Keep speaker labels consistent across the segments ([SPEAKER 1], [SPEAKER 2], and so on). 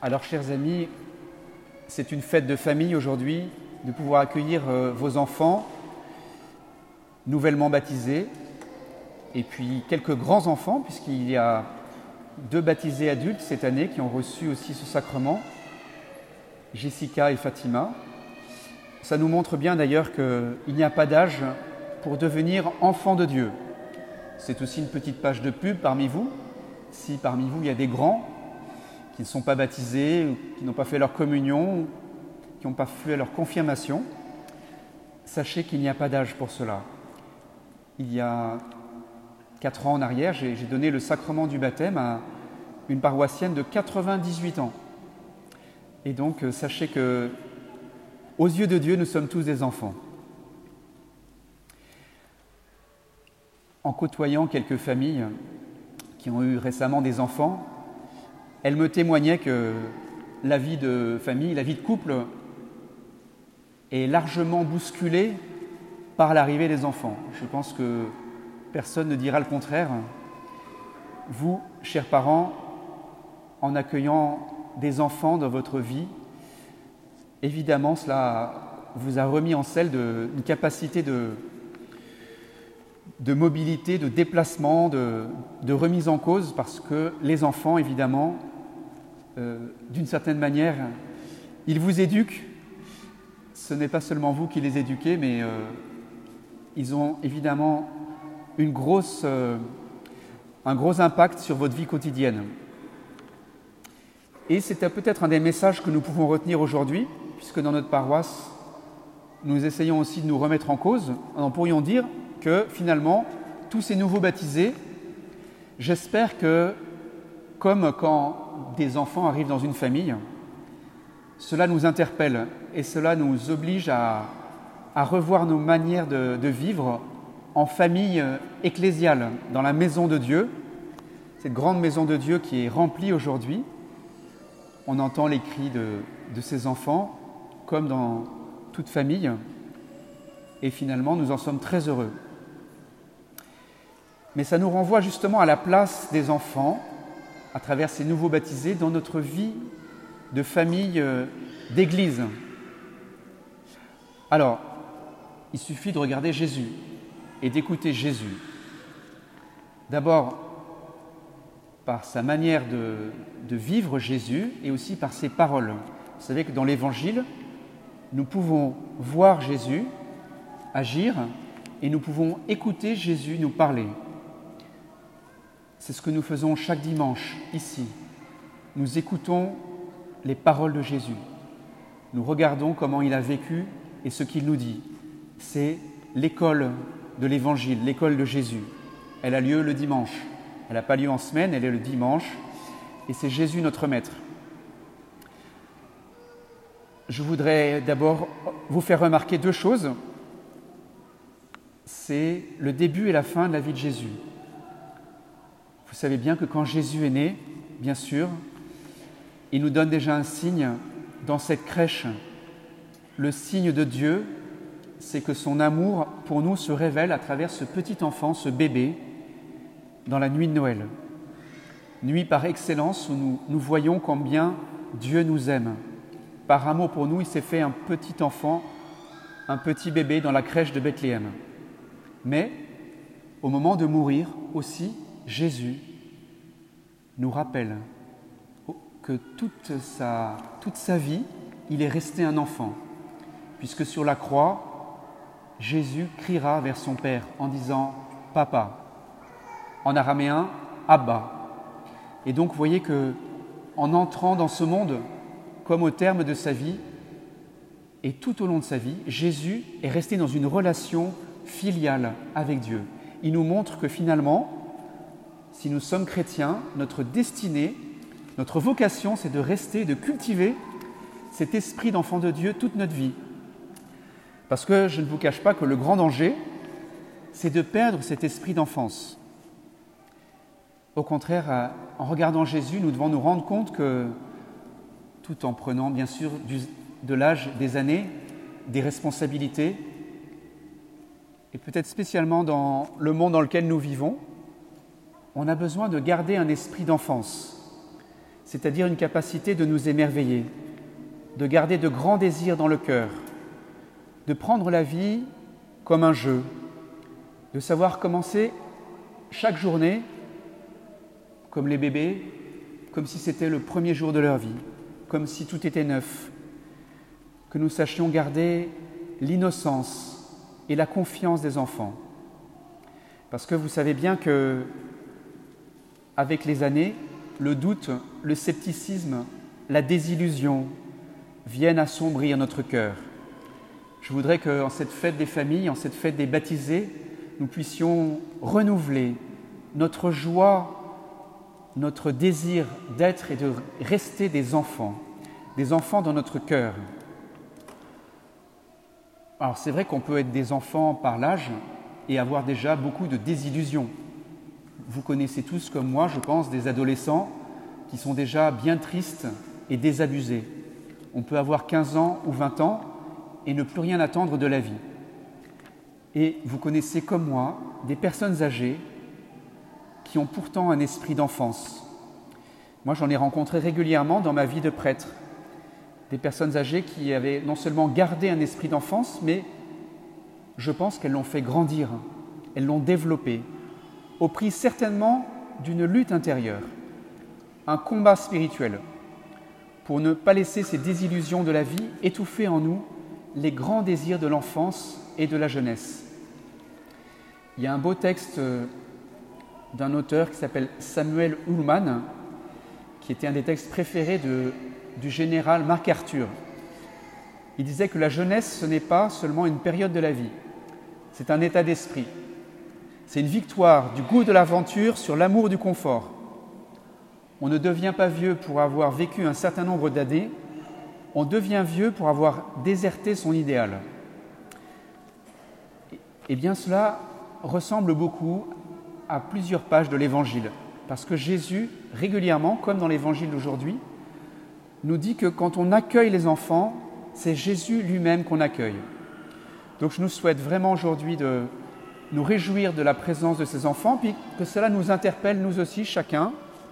[SPEAKER 1] Alors, chers amis, c'est une fête de famille aujourd'hui de pouvoir accueillir vos enfants nouvellement baptisés et puis quelques grands-enfants, puisqu'il y a 2 baptisés adultes cette année qui ont reçu aussi ce sacrement, Jessica et Fatima. Ça nous montre bien d'ailleurs qu'il n'y a pas d'âge pour devenir enfant de Dieu. C'est aussi une petite page de pub parmi vous. Si parmi vous il y a des grands qui ne sont pas baptisés, qui n'ont pas fait leur communion, qui n'ont pas fait leur confirmation, sachez qu'il n'y a pas d'âge pour cela. Il y a 4 ans en arrière, j'ai donné le sacrement du baptême à une paroissienne de 98 ans. Et donc, sachez que, aux yeux de Dieu, nous sommes tous des enfants. En côtoyant quelques familles qui ont eu récemment des enfants, elles me témoignaient que la vie de famille, la vie de couple est largement bousculée par l'arrivée des enfants. Je pense que personne ne dira le contraire. Vous, chers parents, en accueillant des enfants dans votre vie, évidemment, cela vous a remis en selle une capacité de mobilité, de déplacement, de remise en cause, parce que les enfants, évidemment, d'une certaine manière, ils vous éduquent. Ce n'est pas seulement vous qui les éduquez, mais ils ont évidemment un gros impact sur votre vie quotidienne. Et c'est peut-être un des messages que nous pouvons retenir aujourd'hui, puisque dans notre paroisse, nous essayons aussi de nous remettre en cause. Nous pourrions dire que finalement, tous ces nouveaux baptisés, j'espère que, comme quand des enfants arrivent dans une famille, cela nous interpelle et cela nous oblige à revoir nos manières de vivre en famille ecclésiale, dans la maison de Dieu, cette grande maison de Dieu qui est remplie aujourd'hui. On entend les cris de ces enfants, comme dans toute famille, et finalement nous en sommes très heureux. Mais ça nous renvoie justement à la place des enfants, à travers ces nouveaux baptisés, dans notre vie de famille, d'église. Alors, il suffit de regarder Jésus et d'écouter Jésus. D'abord, par sa manière de vivre Jésus et aussi par ses paroles. Vous savez que dans l'Évangile, nous pouvons voir Jésus agir et nous pouvons écouter Jésus nous parler. C'est ce que nous faisons chaque dimanche ici. Nous écoutons les paroles de Jésus. Nous regardons comment il a vécu et ce qu'il nous dit. C'est l'école de l'Évangile, l'école de Jésus. Elle a lieu le dimanche. Elle n'a pas lieu en semaine, elle est le dimanche. Et c'est Jésus notre Maître. Je voudrais d'abord vous faire remarquer 2 choses. C'est le début et la fin de la vie de Jésus. Vous savez bien que quand Jésus est né, bien sûr, il nous donne déjà un signe dans cette crèche. Le signe de Dieu, c'est que son amour pour nous se révèle à travers ce petit enfant, ce bébé, dans la nuit de Noël. Nuit par excellence où nous voyons combien Dieu nous aime. Par amour pour nous, il s'est fait un petit enfant, un petit bébé dans la crèche de Bethléem. Mais au moment de mourir aussi, Jésus nous rappelle que toute sa vie, il est resté un enfant, puisque sur la croix, Jésus criera vers son Père en disant « Papa », en araméen « Abba ». Et donc, vous voyez qu'en entrant dans ce monde, comme au terme de sa vie, et tout au long de sa vie, Jésus est resté dans une relation filiale avec Dieu. Il nous montre que finalement, si nous sommes chrétiens, notre destinée, notre vocation, c'est de rester, de cultiver cet esprit d'enfant de Dieu toute notre vie. Parce que je ne vous cache pas que le grand danger, c'est de perdre cet esprit d'enfance. Au contraire, en regardant Jésus, nous devons nous rendre compte que, tout en prenant bien sûr de l'âge, des années, des responsabilités, et peut-être spécialement dans le monde dans lequel nous vivons, on a besoin de garder un esprit d'enfance. c'est-à-dire une capacité de nous émerveiller, de garder de grands désirs dans le cœur, de prendre la vie comme un jeu, de savoir commencer chaque journée comme les bébés, comme si c'était le premier jour de leur vie, comme si tout était neuf, que nous sachions garder l'innocence et la confiance des enfants. Parce que vous savez bien que, avec les années, le doute, le scepticisme, la désillusion viennent assombrir notre cœur. Je voudrais qu'en cette fête des familles, en cette fête des baptisés, nous puissions renouveler notre joie, notre désir d'être et de rester des enfants dans notre cœur. Alors c'est vrai qu'on peut être des enfants par l'âge et avoir déjà beaucoup de désillusions. Vous connaissez tous, comme moi, je pense, des adolescents qui sont déjà bien tristes et désabusés. On peut avoir 15 ans ou 20 ans et ne plus rien attendre de la vie. Et vous connaissez, comme moi, des personnes âgées qui ont pourtant un esprit d'enfance. Moi, j'en ai rencontré régulièrement dans ma vie de prêtre. Des personnes âgées qui avaient non seulement gardé un esprit d'enfance, mais je pense qu'elles l'ont fait grandir, elles l'ont développé, au prix certainement d'une lutte intérieure, un combat spirituel, pour ne pas laisser ces désillusions de la vie étouffer en nous les grands désirs de l'enfance et de la jeunesse. Il y a un beau texte d'un auteur qui s'appelle Samuel Ullmann, qui était un des textes préférés du général MacArthur. Il disait que la jeunesse, ce n'est pas seulement une période de la vie, c'est un état d'esprit. C'est une victoire du goût de l'aventure sur l'amour du confort. On ne devient pas vieux pour avoir vécu un certain nombre d'années, on devient vieux pour avoir déserté son idéal. Eh bien, cela ressemble beaucoup à plusieurs pages de l'Évangile, parce que Jésus, régulièrement, comme dans l'Évangile d'aujourd'hui, nous dit que quand on accueille les enfants, c'est Jésus lui-même qu'on accueille. Donc je nous souhaite vraiment aujourd'hui de nous réjouir de la présence de ces enfants, puis que cela nous interpelle, nous aussi, chacun.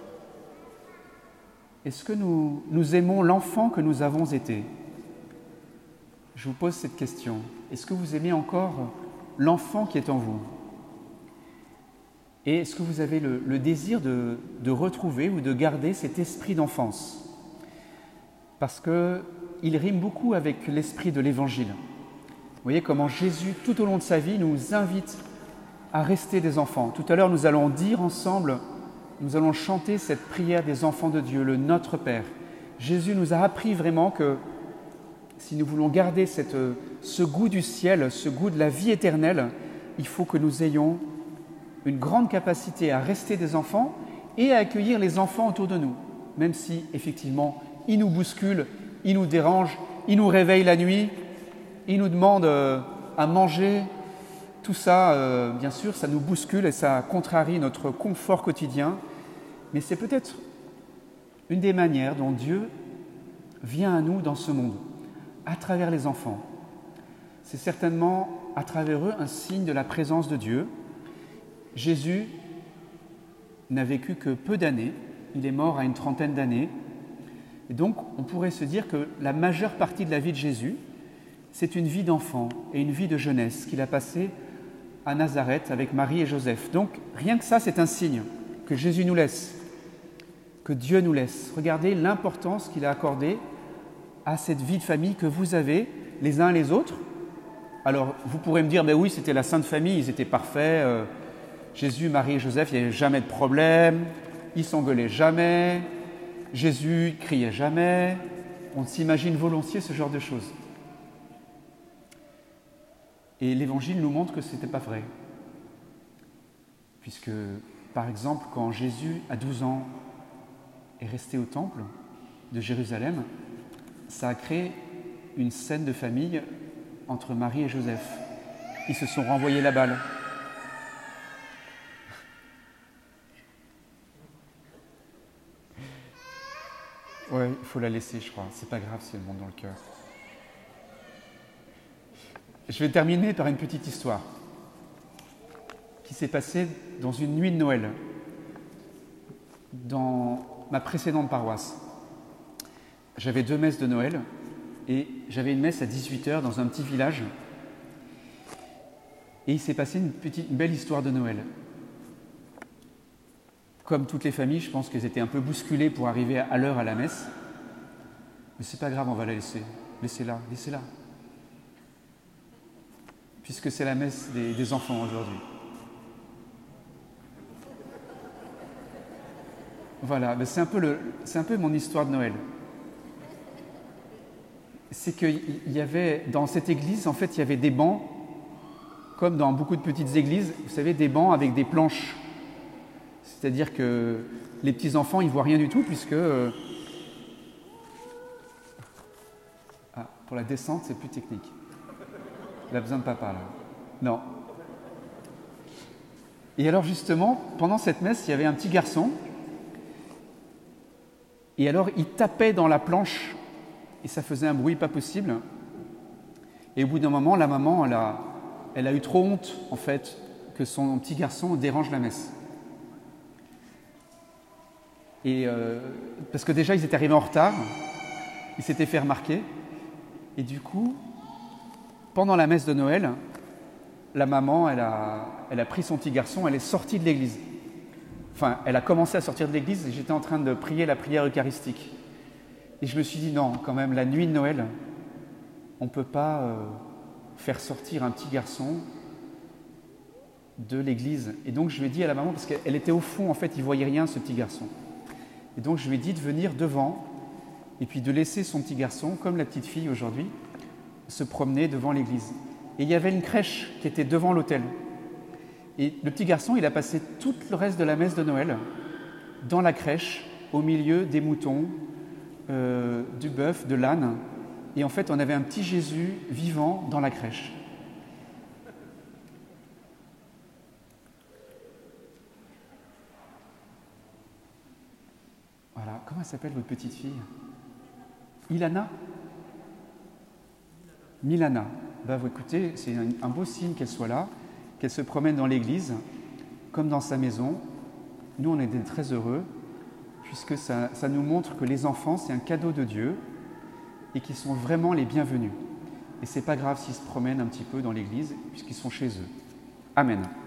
[SPEAKER 1] Est-ce que nous aimons l'enfant que nous avons été ? Je vous pose cette question. Est-ce que vous aimez encore l'enfant qui est en vous ? Et est-ce que vous avez le désir de retrouver ou de garder cet esprit d'enfance ? Parce qu'il rime beaucoup avec l'esprit de l'Évangile. Vous voyez comment Jésus, tout au long de sa vie, nous invite à rester des enfants. Tout à l'heure, nous allons dire ensemble, nous allons chanter cette prière des enfants de Dieu, le Notre Père. Jésus nous a appris vraiment que si nous voulons garder ce goût du ciel, ce goût de la vie éternelle, il faut que nous ayons une grande capacité à rester des enfants et à accueillir les enfants autour de nous, même si, effectivement, ils nous bousculent, ils nous dérangent, ils nous réveillent la nuit, ils nous demandent à manger. Tout ça, bien sûr, ça nous bouscule et ça contrarie notre confort quotidien. Mais c'est peut-être une des manières dont Dieu vient à nous dans ce monde, à travers les enfants. C'est certainement à travers eux un signe de la présence de Dieu. Jésus n'a vécu que peu d'années, il est mort à une trentaine d'années. Et donc, on pourrait se dire que la majeure partie de la vie de Jésus, c'est une vie d'enfant et une vie de jeunesse qu'il a passée à Nazareth avec Marie et Joseph. Donc, rien que ça, c'est un signe que Jésus nous laisse, que Dieu nous laisse. Regardez l'importance qu'il a accordée à cette vie de famille que vous avez les uns les autres. Alors, vous pourrez me dire, ben oui, c'était la Sainte Famille, ils étaient parfaits. Jésus, Marie et Joseph, il n'y avait jamais de problème, ils ne s'engueulaient jamais, Jésus ne criait jamais. On s'imagine volontiers ce genre de choses. Et l'Évangile nous montre que ce n'était pas vrai. Puisque, par exemple, quand Jésus, à 12 ans, est resté au temple de Jérusalem, ça a créé une scène de famille entre Marie et Joseph. Ils se sont renvoyés la balle. Ouais, il faut la laisser, je crois. C'est pas grave si elle monte dans le cœur. Je vais terminer par une petite histoire qui s'est passée dans une nuit de Noël, dans ma précédente paroisse. J'avais 2 messes de Noël et j'avais une messe à 18h dans un petit village. Et il s'est passé une belle histoire de Noël. Comme toutes les familles, je pense qu'elles étaient un peu bousculées pour arriver à l'heure à la messe. Mais c'est pas grave, on va la laisser. Laissez-la, laissez-la. Puisque c'est la messe des enfants aujourd'hui. Voilà, ben c'est un peu mon histoire de Noël. C'est qu'il y avait, dans cette église, en fait, il y avait des bancs, comme dans beaucoup de petites églises, vous savez, des bancs avec des planches. C'est-à-dire que les petits-enfants, ils ne voient rien du tout, puisque... pour la descente, c'est plus technique. Il a besoin de papa, là. Non. Et alors, justement, pendant cette messe, il y avait un petit garçon. Et alors, il tapait dans la planche. Et ça faisait un bruit pas possible. Et au bout d'un moment, la maman, elle a eu trop honte, en fait, que son petit garçon dérange la messe. Et parce que déjà, ils étaient arrivés en retard. Ils s'étaient fait remarquer. Et du coup, pendant la messe de Noël, la maman, elle a pris son petit garçon, elle est sortie de l'église. Enfin, elle a commencé à sortir de l'église et j'étais en train de prier la prière eucharistique. Et je me suis dit, non, quand même, la nuit de Noël, on ne peut pas faire sortir un petit garçon de l'église. Et donc, je lui ai dit à la maman, parce qu'elle était au fond, en fait, il ne voyait rien, ce petit garçon. Et donc, je lui ai dit de venir devant et puis de laisser son petit garçon, comme la petite fille aujourd'hui, se promener devant l'église. Et il y avait une crèche qui était devant l'autel. Et le petit garçon, il a passé tout le reste de la messe de Noël dans la crèche, au milieu des moutons, du bœuf, de l'âne. Et en fait, on avait un petit Jésus vivant dans la crèche. Voilà. Comment elle s'appelle, votre petite fille? Ilana? Milana. Ben, vous écoutez, c'est un beau signe qu'elle soit là, qu'elle se promène dans l'église, comme dans sa maison. Nous, on est très heureux, puisque ça nous montre que les enfants, c'est un cadeau de Dieu et qu'ils sont vraiment les bienvenus. Et ce n'est pas grave s'ils se promènent un petit peu dans l'église, puisqu'ils sont chez eux. Amen.